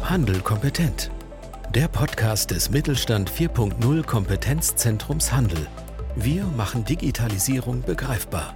Handel kompetent. Der Podcast des Mittelstand 4.0 Kompetenzzentrums Handel. Wir machen Digitalisierung begreifbar.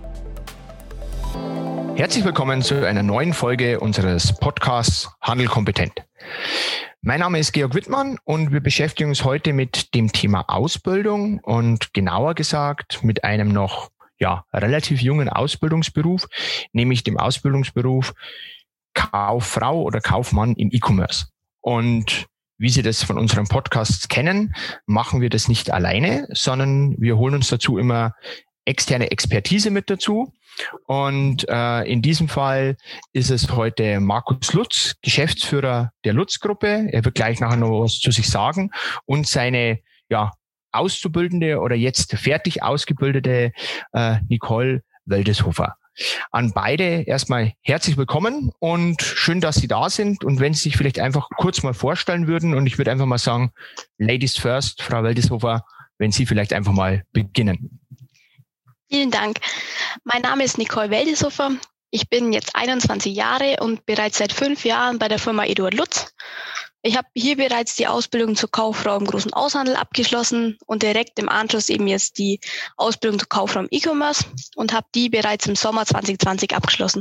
Herzlich willkommen zu einer neuen Folge unseres Podcasts Handel kompetent. Mein Name ist Georg Wittmann und wir beschäftigen uns heute mit dem Thema Ausbildung und genauer gesagt mit einem noch relativ jungen Ausbildungsberuf, nämlich dem Ausbildungsberuf Kauffrau oder Kaufmann im E-Commerce. Und wie Sie das von unseren Podcasts kennen, machen wir das nicht alleine, sondern wir holen uns dazu immer externe Expertise mit dazu. Und in diesem Fall ist es heute Markus Lutz, Geschäftsführer der Lutz-Gruppe. Er wird gleich nachher noch was zu sich sagen. Und seine auszubildende oder jetzt fertig ausgebildete Nicole Weldeshofer. An beide erstmal herzlich willkommen und schön, dass Sie da sind. Und wenn Sie sich vielleicht einfach kurz mal vorstellen würden, und ich würde einfach mal sagen, Ladies first, Frau Weldeshofer, wenn Sie vielleicht einfach mal beginnen. Vielen Dank. Mein Name ist Nicole Weldeshofer. Ich bin jetzt 21 Jahre und bereits seit 5 Jahren bei der Firma Eduard Lutz. Ich habe hier bereits die Ausbildung zur Kauffrau im großen Außenhandel abgeschlossen und direkt im Anschluss eben jetzt die Ausbildung zur Kauffrau im E-Commerce und habe die bereits im Sommer 2020 abgeschlossen.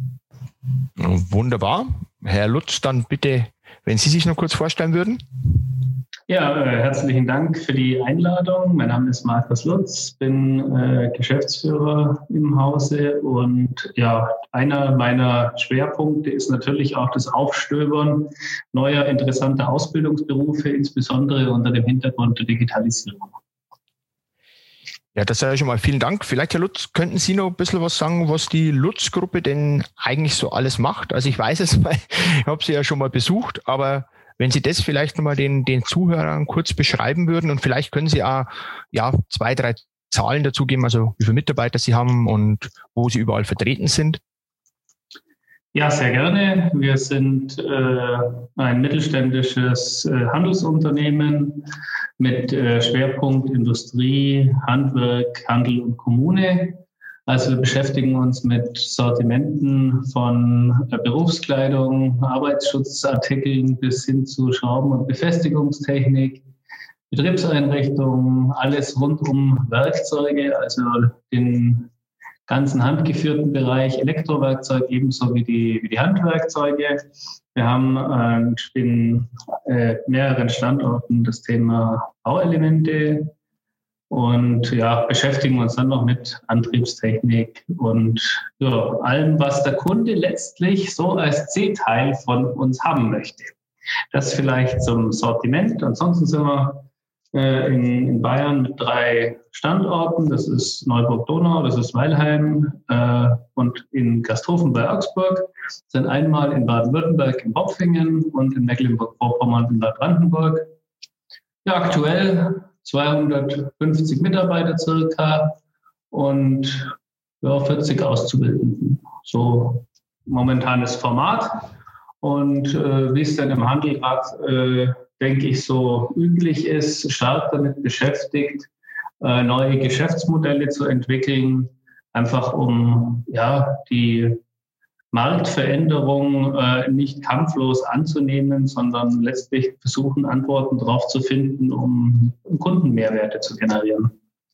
Wunderbar. Herr Lutz, dann bitte, wenn Sie sich noch kurz vorstellen würden. Ja, herzlichen Dank für die Einladung. Mein Name ist Markus Lutz, bin Geschäftsführer im Hause und einer meiner Schwerpunkte ist natürlich auch das Aufstöbern neuer interessanter Ausbildungsberufe, insbesondere unter dem Hintergrund der Digitalisierung. Ja, das sage ich schon mal. Vielen Dank. Vielleicht, Herr Lutz, könnten Sie noch ein bisschen was sagen, was die Lutz-Gruppe denn eigentlich so alles macht? Also ich weiß es, weil ich habe sie ja schon mal besucht, aber wenn Sie das vielleicht nochmal den Zuhörern kurz beschreiben würden und vielleicht können Sie auch 2, 3 Zahlen dazu geben, also wie viele Mitarbeiter Sie haben und wo Sie überall vertreten sind. Ja, sehr gerne. Wir sind ein mittelständisches Handelsunternehmen mit Schwerpunkt Industrie, Handwerk, Handel und Kommune. Also wir beschäftigen uns mit Sortimenten von Berufskleidung, Arbeitsschutzartikeln bis hin zu Schrauben- und Befestigungstechnik, Betriebseinrichtungen, alles rund um Werkzeuge, also den ganzen handgeführten Bereich Elektrowerkzeug ebenso wie die Handwerkzeuge. Wir haben in mehreren Standorten das Thema Bauelemente und beschäftigen uns dann noch mit Antriebstechnik und allem, was der Kunde letztlich so als C-Teil von uns haben möchte. Das vielleicht zum Sortiment. Ansonsten sind wir in Bayern mit 3 Standorten. Das ist Neuburg-Donau, das ist Weilheim und in Gasthofen bei Augsburg. Sind einmal in Baden-Württemberg in Bopfingen und in Mecklenburg-Vorpommern in Neubrandenburg. Ja, aktuell 250 Mitarbeiter circa und 40 Auszubildenden. So momentanes Format. Und wie es dann im Handel gerade, denke ich, so üblich ist, stark damit beschäftigt, neue Geschäftsmodelle zu entwickeln, einfach um die Marktveränderung nicht kampflos anzunehmen, sondern letztlich versuchen, Antworten darauf zu finden, um Kundenmehrwerte zu generieren.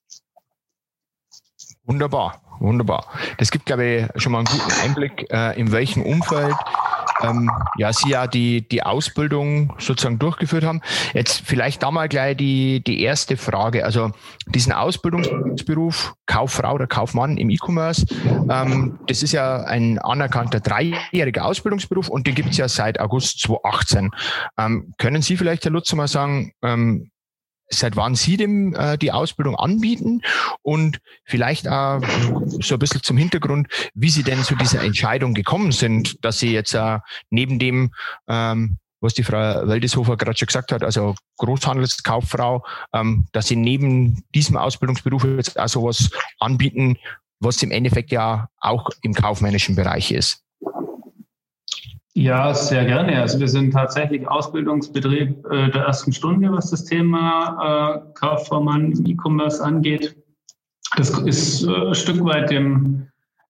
Wunderbar. Das gibt, glaube ich, schon mal einen guten Einblick, in welchem Umfeld Sie die Ausbildung sozusagen durchgeführt haben. Jetzt vielleicht da mal gleich die erste Frage. Also diesen Ausbildungsberuf Kauffrau oder Kaufmann im E-Commerce, das ist ja ein anerkannter 3-jähriger Ausbildungsberuf und den gibt es ja seit August 2018. Können Sie vielleicht, Herr Lutz, mal sagen, seit wann Sie dem die Ausbildung anbieten und vielleicht auch so ein bisschen zum Hintergrund, wie Sie denn zu dieser Entscheidung gekommen sind, dass Sie jetzt neben dem, was die Frau Weldeshofer gerade schon gesagt hat, also Großhandelskauffrau, dass Sie neben diesem Ausbildungsberuf jetzt auch sowas anbieten, was im Endeffekt ja auch im kaufmännischen Bereich ist. Ja, sehr gerne. Also wir sind tatsächlich Ausbildungsbetrieb der ersten Stunde, was das Thema Kaufmann im E-Commerce angeht. Das ist ein Stück weit der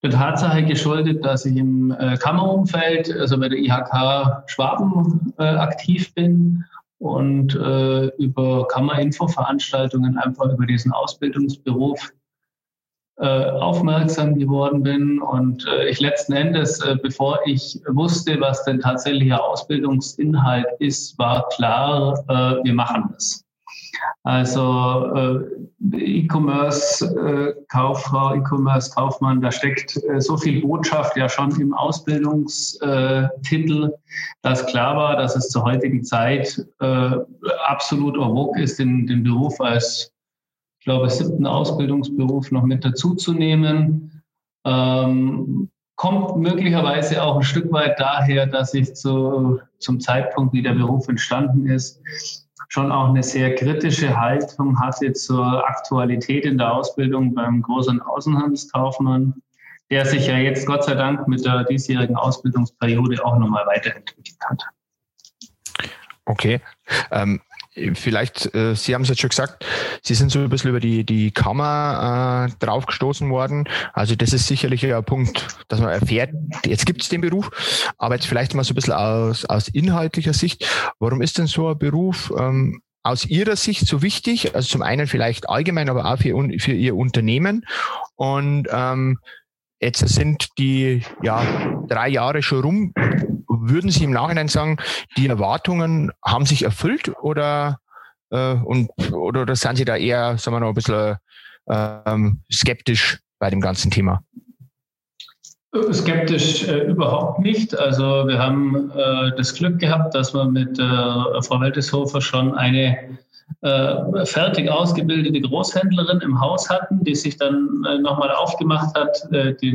der Tatsache geschuldet, dass ich im Kammerumfeld, also bei der IHK Schwaben, aktiv bin und über Kammerinfo-Veranstaltungen einfach über diesen Ausbildungsberuf aufmerksam geworden bin und ich letzten Endes, bevor ich wusste, was denn tatsächlicher Ausbildungsinhalt ist, war klar, wir machen das. Also E-Commerce-Kauffrau, E-Commerce-Kaufmann, da steckt so viel Botschaft ja schon im Ausbildungstitel, dass klar war, dass es zur heutigen Zeit absolut en vogue ist, den Beruf als, ich glaube, 7. Ausbildungsberuf noch mit dazuzunehmen. Kommt möglicherweise auch ein Stück weit daher, dass ich zum Zeitpunkt, wie der Beruf entstanden ist, schon auch eine sehr kritische Haltung hatte zur Aktualität in der Ausbildung beim Groß- und Außenhandelskaufmann, der sich ja jetzt Gott sei Dank mit der diesjährigen Ausbildungsperiode auch nochmal weiterentwickelt hat. Okay. Vielleicht, Sie haben es jetzt schon gesagt, Sie sind so ein bisschen über die Kammer draufgestoßen worden. Also das ist sicherlich ein Punkt, dass man erfährt, jetzt gibt es den Beruf, aber jetzt vielleicht mal so ein bisschen aus inhaltlicher Sicht. Warum ist denn so ein Beruf aus Ihrer Sicht so wichtig? Also zum einen vielleicht allgemein, aber auch für Ihr Unternehmen. Und jetzt sind die 3 Jahre schon rum. Würden Sie im Nachhinein sagen, die Erwartungen haben sich erfüllt oder sind Sie da eher, sagen wir noch, ein bisschen skeptisch bei dem ganzen Thema? Skeptisch überhaupt nicht. Also wir haben das Glück gehabt, dass wir mit Frau Weltishofer schon eine fertig ausgebildete Großhändlerin im Haus hatten, die sich dann nochmal aufgemacht hat, die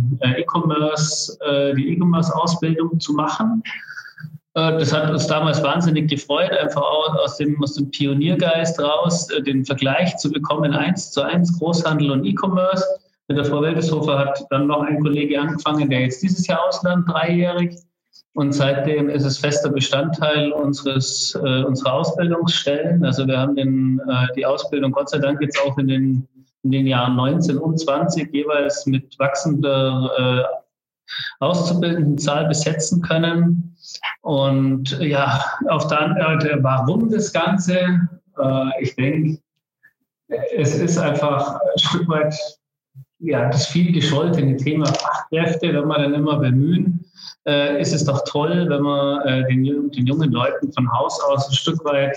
E-Commerce-Ausbildung zu machen. Das hat uns damals wahnsinnig gefreut, einfach aus dem Pioniergeist raus, den Vergleich zu bekommen, 1:1 Großhandel und E-Commerce. Mit der Frau Weltishofer hat dann noch ein Kollege angefangen, der jetzt dieses Jahr auslernt, 3-jährig. Und seitdem ist es fester Bestandteil unserer Ausbildungsstellen. Also wir haben die Ausbildung Gott sei Dank jetzt auch in den Jahren 19 und 20 jeweils mit wachsender Auszubildendenzahl besetzen können. Und ja, auf der anderen Seite, warum das Ganze? Ich denke, es ist einfach ein Stück weit das viel gescholtene Thema Fachkräfte, wenn wir dann immer bemühen, ist es doch toll, wenn man den jungen Leuten von Haus aus ein Stück weit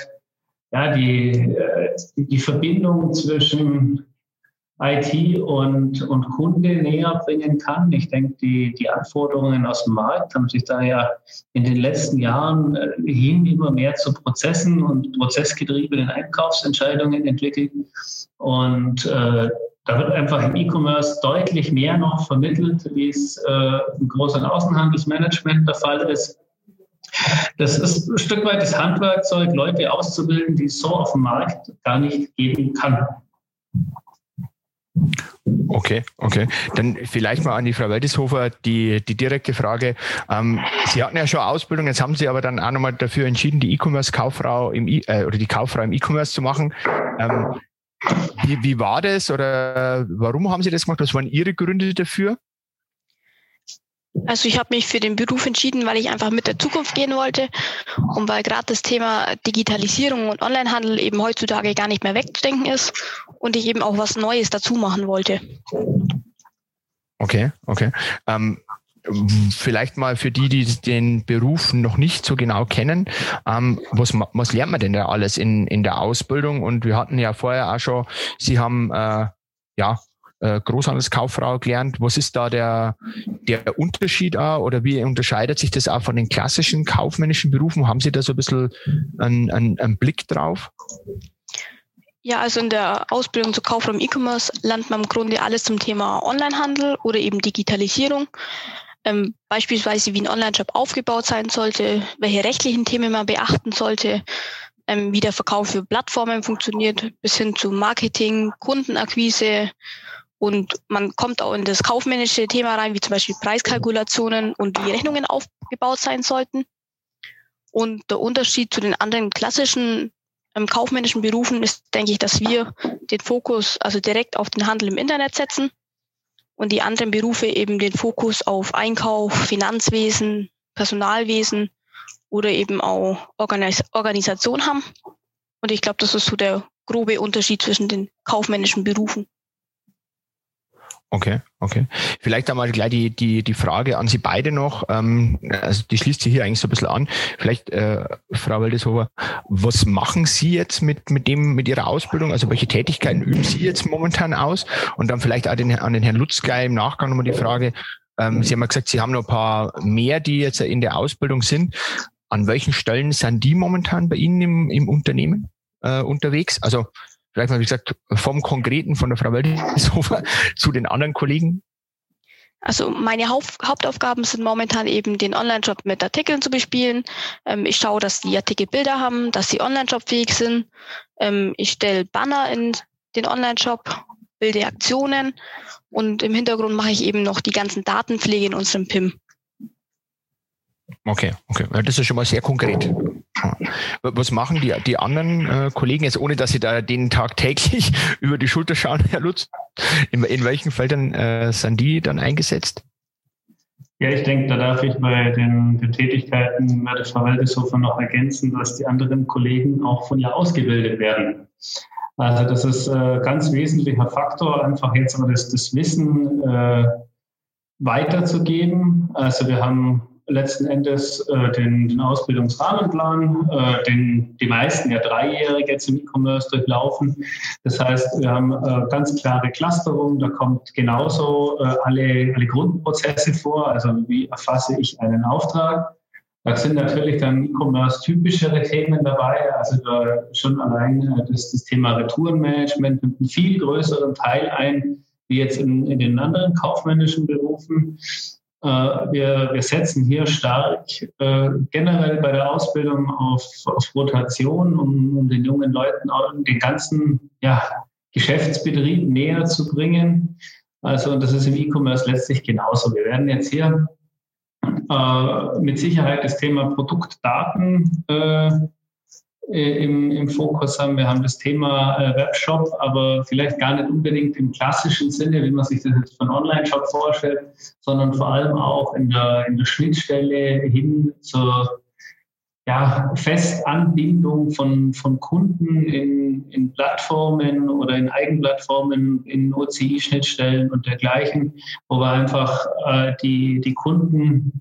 die Verbindung zwischen IT und Kunde näher bringen kann. Ich denke, die Anforderungen aus dem Markt haben sich da ja in den letzten Jahren hin immer mehr zu Prozessen und prozessgetriebenen Einkaufsentscheidungen entwickelt. Und da wird einfach im E-Commerce deutlich mehr noch vermittelt, wie es im Groß- und Außenhandelsmanagement der Fall ist. Das ist ein Stück weit das Handwerkzeug, Leute auszubilden, die es so auf dem Markt gar nicht geben kann. Okay. Dann vielleicht mal an die Frau Weltishofer die direkte Frage. Sie hatten ja schon Ausbildung, jetzt haben Sie aber dann auch nochmal dafür entschieden, die E-Commerce-Kauffrau die Kauffrau im E-Commerce zu machen. Wie war das oder warum haben Sie das gemacht? Was waren Ihre Gründe dafür? Also ich habe mich für den Beruf entschieden, weil ich einfach mit der Zukunft gehen wollte und weil gerade das Thema Digitalisierung und Onlinehandel eben heutzutage gar nicht mehr wegzudenken ist und ich eben auch was Neues dazu machen wollte. Okay. Vielleicht mal für die den Beruf noch nicht so genau kennen, was lernt man denn da alles in der Ausbildung? Und wir hatten ja vorher auch schon, Sie haben Großhandelskauffrau gelernt. Was ist da der Unterschied auch oder wie unterscheidet sich das auch von den klassischen kaufmännischen Berufen? Haben Sie da so ein bisschen einen Blick drauf? Ja, also in der Ausbildung zur Kauffrau im E-Commerce lernt man im Grunde alles zum Thema Onlinehandel oder eben Digitalisierung. Beispielsweise, wie ein Online-Shop aufgebaut sein sollte, welche rechtlichen Themen man beachten sollte, wie der Verkauf für Plattformen funktioniert, bis hin zu Marketing, Kundenakquise. Und man kommt auch in das kaufmännische Thema rein, wie zum Beispiel Preiskalkulationen und wie Rechnungen aufgebaut sein sollten. Und der Unterschied zu den anderen klassischen kaufmännischen Berufen ist, denke ich, dass wir den Fokus also direkt auf den Handel im Internet setzen und die anderen Berufe eben den Fokus auf Einkauf, Finanzwesen, Personalwesen oder eben auch Organisation haben. Und ich glaube, das ist so der grobe Unterschied zwischen den kaufmännischen Berufen. Okay. Vielleicht einmal gleich die Frage an Sie beide noch. Also die schließt sich hier eigentlich so ein bisschen an. Vielleicht, Frau Wildeshofer, was machen Sie jetzt mit Ihrer Ausbildung? Also welche Tätigkeiten üben Sie jetzt momentan aus? Und dann vielleicht auch an den Herrn Lutz gleich im Nachgang nochmal die Frage. Sie haben ja gesagt, Sie haben noch ein paar mehr, die jetzt in der Ausbildung sind. An welchen Stellen sind die momentan bei Ihnen im Unternehmen unterwegs? Also vielleicht mal, wie gesagt, vom Konkreten von der Frau Wildeshofer zu den anderen Kollegen. Also meine Hauptaufgaben sind momentan eben, den Online-Shop mit Artikeln zu bespielen. Ich schaue, dass die Artikel Bilder haben, dass sie Online-Shop-fähig sind. Ich stelle Banner in den Online-Shop, bilde Aktionen und im Hintergrund mache ich eben noch die ganzen Datenpflege in unserem PIM. Okay. Das ist schon mal sehr konkret. Was machen die anderen Kollegen jetzt, ohne dass Sie da denen tagtäglich über die Schulter schauen, Herr Lutz? In welchen Feldern sind die dann eingesetzt? Ja, ich denke, da darf ich bei den Tätigkeiten bei der Frau Wildeshofer noch ergänzen, dass die anderen Kollegen auch von ihr ausgebildet werden. Also das ist ein ganz wesentlicher Faktor, einfach jetzt aber das Wissen weiterzugeben. Also wir haben letzten Endes den Ausbildungsrahmenplan, den die meisten ja 3-jährig jetzt im E-Commerce durchlaufen. Das heißt, wir haben ganz klare Clusterung, da kommt genauso alle Grundprozesse vor, also wie erfasse ich einen Auftrag. Da sind natürlich dann E-Commerce-typischere Themen dabei, also da schon allein das Thema Retourenmanagement nimmt einen viel größeren Teil ein, wie jetzt in den anderen kaufmännischen Berufen. Wir setzen hier stark generell bei der Ausbildung auf Rotation, um den jungen Leuten auch den ganzen Geschäftsbetrieb näher zu bringen. Also und das ist im E-Commerce letztlich genauso. Wir werden jetzt hier mit Sicherheit das Thema Produktdaten im Fokus haben. Wir haben das Thema Webshop, aber vielleicht gar nicht unbedingt im klassischen Sinne, wie man sich das jetzt von Online-Shop vorstellt, sondern vor allem auch in der Schnittstelle hin zur Festanbindung von Kunden in Plattformen oder in Eigenplattformen, in OCI-Schnittstellen und dergleichen, wo wir einfach die Kunden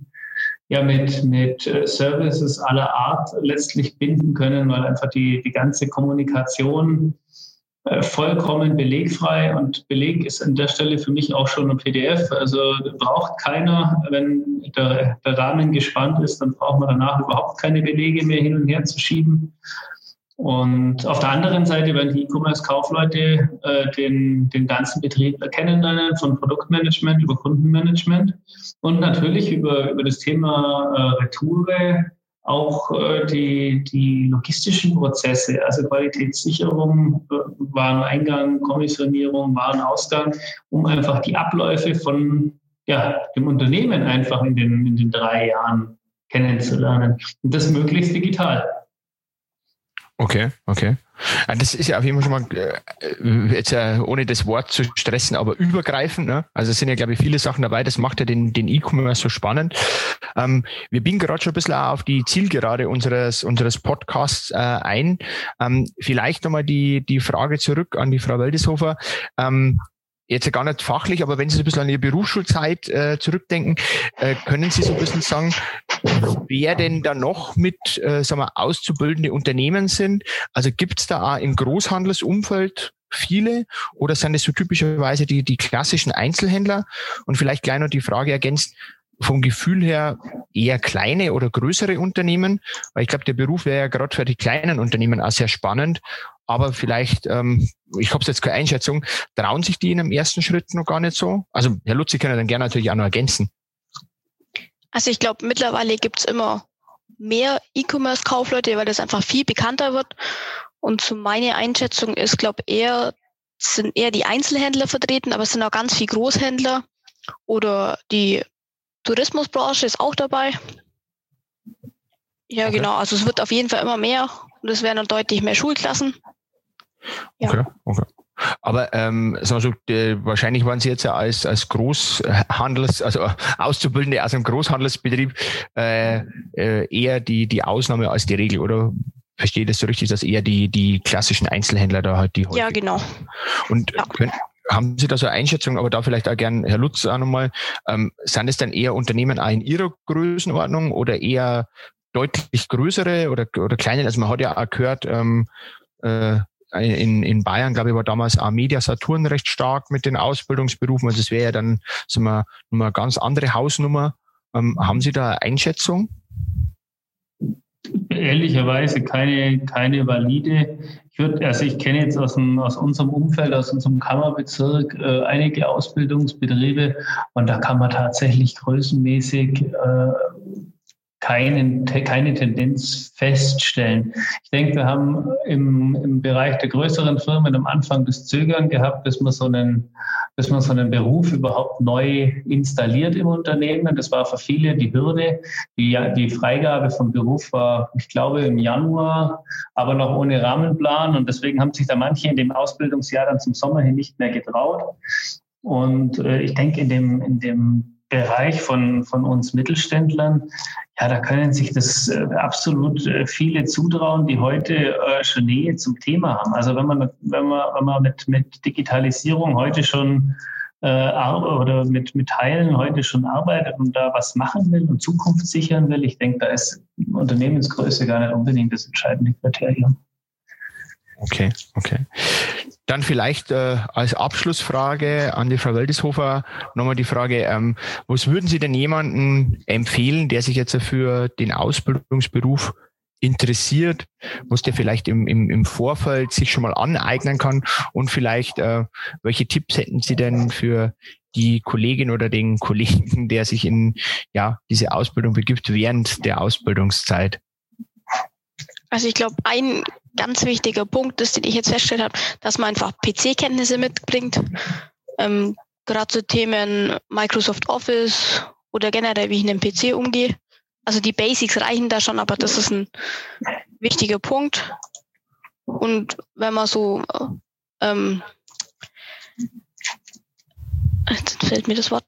mit Services aller Art letztlich binden können, weil einfach die ganze Kommunikation vollkommen belegfrei und Beleg ist an der Stelle für mich auch schon ein PDF. Also braucht keiner, wenn der Rahmen gespannt ist, dann braucht man danach überhaupt keine Belege mehr hin und her zu schieben. Und auf der anderen Seite werden die E-Commerce-Kaufleute den ganzen Betrieb kennenlernen, von Produktmanagement über Kundenmanagement und natürlich über das Thema Retoure auch die logistischen Prozesse, also Qualitätssicherung, Wareneingang, Kommissionierung, Warenausgang, um einfach die Abläufe von dem Unternehmen einfach in den 3 Jahren kennenzulernen. Und das möglichst digital. Okay. Das ist ja auf jeden Fall schon mal, jetzt ohne das Wort zu stressen, aber übergreifend. Ne? Also es sind ja, glaube ich, viele Sachen dabei. Das macht ja den E-Commerce so spannend. Wir biegen gerade schon ein bisschen auf die Zielgerade unseres Podcasts ein. Vielleicht nochmal die Frage zurück an die Frau Wildeshofer. Jetzt gar nicht fachlich, aber wenn Sie so ein bisschen an Ihre Berufsschulzeit zurückdenken, können Sie so ein bisschen sagen, wer denn da noch mit auszubildende Unternehmen sind? Also gibt es da auch im Großhandelsumfeld viele oder sind es so typischerweise die klassischen Einzelhändler? Und vielleicht gleich noch die Frage ergänzt, vom Gefühl her eher kleine oder größere Unternehmen, weil ich glaube, der Beruf wäre ja gerade für die kleinen Unternehmen auch sehr spannend, aber vielleicht, ich habe jetzt keine Einschätzung, trauen sich die in einem ersten Schritt noch gar nicht so? Also Herr Lutz, Sie können dann gerne natürlich auch noch ergänzen. Also ich glaube, mittlerweile gibt es immer mehr E-Commerce-Kaufleute, weil das einfach viel bekannter wird. Und so meine Einschätzung ist, glaube ich, sind eher die Einzelhändler vertreten, aber es sind auch ganz viele Großhändler oder die Tourismusbranche ist auch dabei. Ja, okay. Genau. Also es wird auf jeden Fall immer mehr und es werden dann deutlich mehr Schulklassen. Ja. Okay. Aber wahrscheinlich waren Sie jetzt ja als also Auszubildende aus einem Großhandelsbetrieb eher die Ausnahme als die Regel, oder? Verstehe ich das so richtig, dass eher die klassischen Einzelhändler da halt die häufig. Ja, genau. Und haben Sie da so eine Einschätzung, aber da vielleicht auch gern Herr Lutz auch nochmal, sind es dann eher Unternehmen auch in Ihrer Größenordnung oder eher deutlich größere oder kleinere? Also man hat ja auch gehört, in Bayern, glaube ich, war damals auch Media Saturn recht stark mit den Ausbildungsberufen. Also es wäre ja dann nochmal eine ganz andere Hausnummer. Haben Sie da eine Einschätzung? Ehrlicherweise keine valide. Ich kenne jetzt aus unserem Umfeld, aus unserem Kammerbezirk einige Ausbildungsbetriebe und da kann man tatsächlich größenmäßig keine Tendenz feststellen. Ich denke, wir haben im Bereich der größeren Firmen am Anfang das Zögern gehabt, bis man so einen Beruf überhaupt neu installiert im Unternehmen. Das war für viele die Hürde. Die Freigabe vom Beruf war, ich glaube, im Januar, aber noch ohne Rahmenplan. Und deswegen haben sich da manche in dem Ausbildungsjahr dann zum Sommer hin nicht mehr getraut. Und ich denke, in dem Bereich von uns Mittelständlern, ja, da können sich das absolut viele zutrauen, die heute schon Nähe zum Thema haben. Also wenn man mit Digitalisierung heute schon oder mit Teilen heute schon arbeitet und da was machen will und Zukunft sichern will, ich denke, da ist Unternehmensgröße gar nicht unbedingt das entscheidende Kriterium. Okay. Dann vielleicht als Abschlussfrage an die Frau Weldishofer nochmal die Frage, was würden Sie denn jemandem empfehlen, der sich jetzt für den Ausbildungsberuf interessiert, was der vielleicht im Vorfeld sich schon mal aneignen kann, und vielleicht welche Tipps hätten Sie denn für die Kollegin oder den Kollegen, der sich in diese Ausbildung begibt während der Ausbildungszeit? Also ich glaube, ein ganz wichtiger Punkt ist, den ich jetzt festgestellt habe, dass man einfach PC-Kenntnisse mitbringt. Gerade zu Themen Microsoft Office oder generell, wie ich in einem PC umgehe. Also die Basics reichen da schon, aber das ist ein wichtiger Punkt. Und wenn man so, jetzt fällt mir das Wort,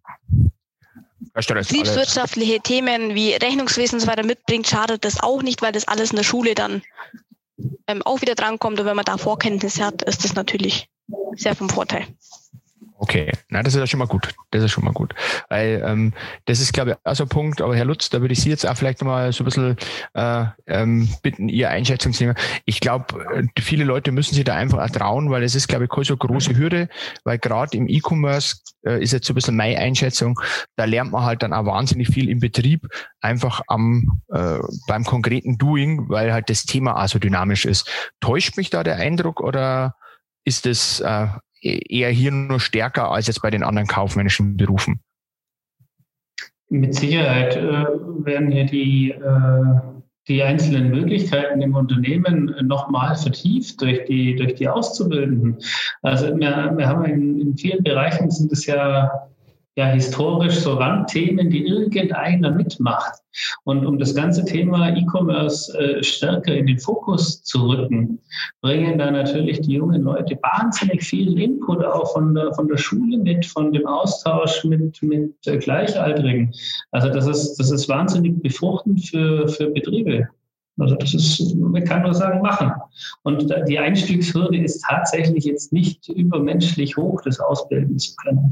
betriebswirtschaftliche Themen wie Rechnungswesen und so weiter mitbringt, schadet das auch nicht, weil das alles in der Schule dann auch wieder drankommt. Und wenn man da Vorkenntnisse hat, ist das natürlich sehr vom Vorteil. Okay, das ist ja schon mal gut. Weil das ist, glaube ich, auch so ein Punkt. Aber Herr Lutz, da würde ich Sie jetzt auch vielleicht nochmal so ein bisschen bitten, Ihre Einschätzung zu nehmen. Ich glaube, viele Leute müssen sich da einfach auch trauen, weil es ist, glaube ich, keine so große Hürde, weil gerade im E-Commerce ist jetzt so ein bisschen meine Einschätzung, da lernt man halt dann auch wahnsinnig viel im Betrieb, einfach beim konkreten Doing, weil halt das Thema auch so dynamisch ist. Täuscht mich da der Eindruck oder ist es eher hier nur stärker als jetzt bei den anderen kaufmännischen Berufen? Mit Sicherheit werden hier die einzelnen Möglichkeiten im Unternehmen nochmal vertieft durch die Auszubildenden. Also wir haben in vielen Bereichen sind es ja historisch so Randthemen, die irgendeiner mitmacht. Und um das ganze Thema E-Commerce stärker in den Fokus zu rücken, bringen da natürlich die jungen Leute wahnsinnig viel Input auch von der Schule mit, von dem Austausch mit Gleichaltrigen. Also das ist wahnsinnig befruchtend für Betriebe. Also man kann nur sagen, machen. Und die Einstiegshürde ist tatsächlich jetzt nicht übermenschlich hoch, das ausbilden zu können.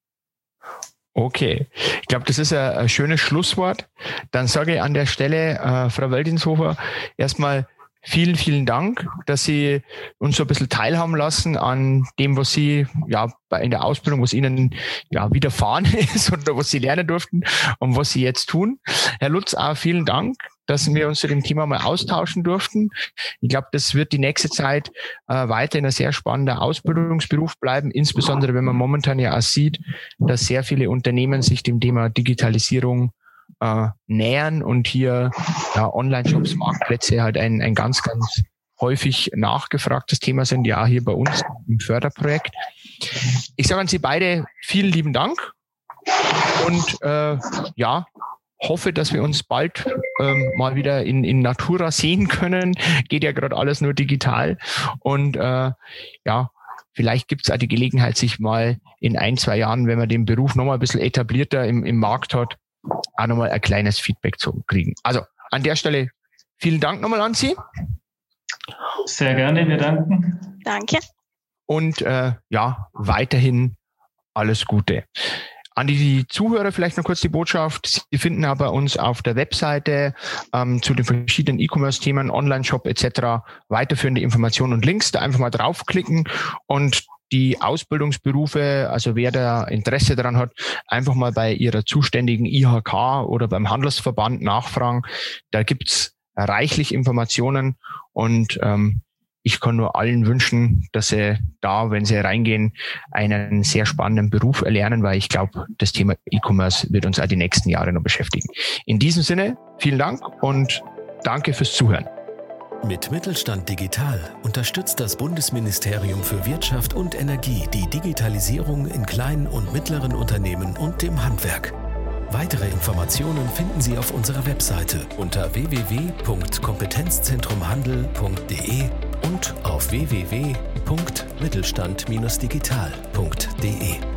Okay, ich glaube, das ist ein schönes Schlusswort. Dann sage ich an der Stelle, Frau Weldishofer, erstmal vielen, vielen Dank, dass Sie uns so ein bisschen teilhaben lassen an dem, was Sie in der Ausbildung, was Ihnen widerfahren ist oder was Sie lernen durften und was Sie jetzt tun. Herr Lutz, auch vielen Dank, dass wir uns zu dem Thema mal austauschen durften. Ich glaube, das wird die nächste Zeit weiterhin ein sehr spannender Ausbildungsberuf bleiben, insbesondere wenn man momentan ja auch sieht, dass sehr viele Unternehmen sich dem Thema Digitalisierung nähern und hier Online-Shops, Marktplätze halt ein ganz, ganz häufig nachgefragtes Thema sind, ja hier bei uns im Förderprojekt. Ich sage an Sie beide vielen lieben Dank und hoffe, dass wir uns bald mal wieder in Natura sehen können. Geht ja gerade alles nur digital. Und vielleicht gibt es auch die Gelegenheit, sich mal in 1-2 Jahren, wenn man den Beruf nochmal ein bisschen etablierter im Markt hat, auch nochmal ein kleines Feedback zu kriegen. Also an der Stelle vielen Dank nochmal an Sie. Sehr gerne, wir danken. Danke. Und weiterhin alles Gute. An die Zuhörer vielleicht noch kurz die Botschaft. Sie finden aber uns auf der Webseite zu den verschiedenen E-Commerce-Themen, Online-Shop etc. weiterführende Informationen und Links. Da einfach mal draufklicken und die Ausbildungsberufe, also wer da Interesse daran hat, einfach mal bei ihrer zuständigen IHK oder beim Handelsverband nachfragen. Da gibt's reichlich Informationen und ich kann nur allen wünschen, dass sie da, wenn sie reingehen, einen sehr spannenden Beruf erlernen, weil ich glaube, das Thema E-Commerce wird uns auch die nächsten Jahre noch beschäftigen. In diesem Sinne, vielen Dank und danke fürs Zuhören. Mit Mittelstand Digital unterstützt das Bundesministerium für Wirtschaft und Energie die Digitalisierung in kleinen und mittleren Unternehmen und dem Handwerk. Weitere Informationen finden Sie auf unserer Webseite unter www.kompetenzzentrumhandel.de und auf www.mittelstand-digital.de.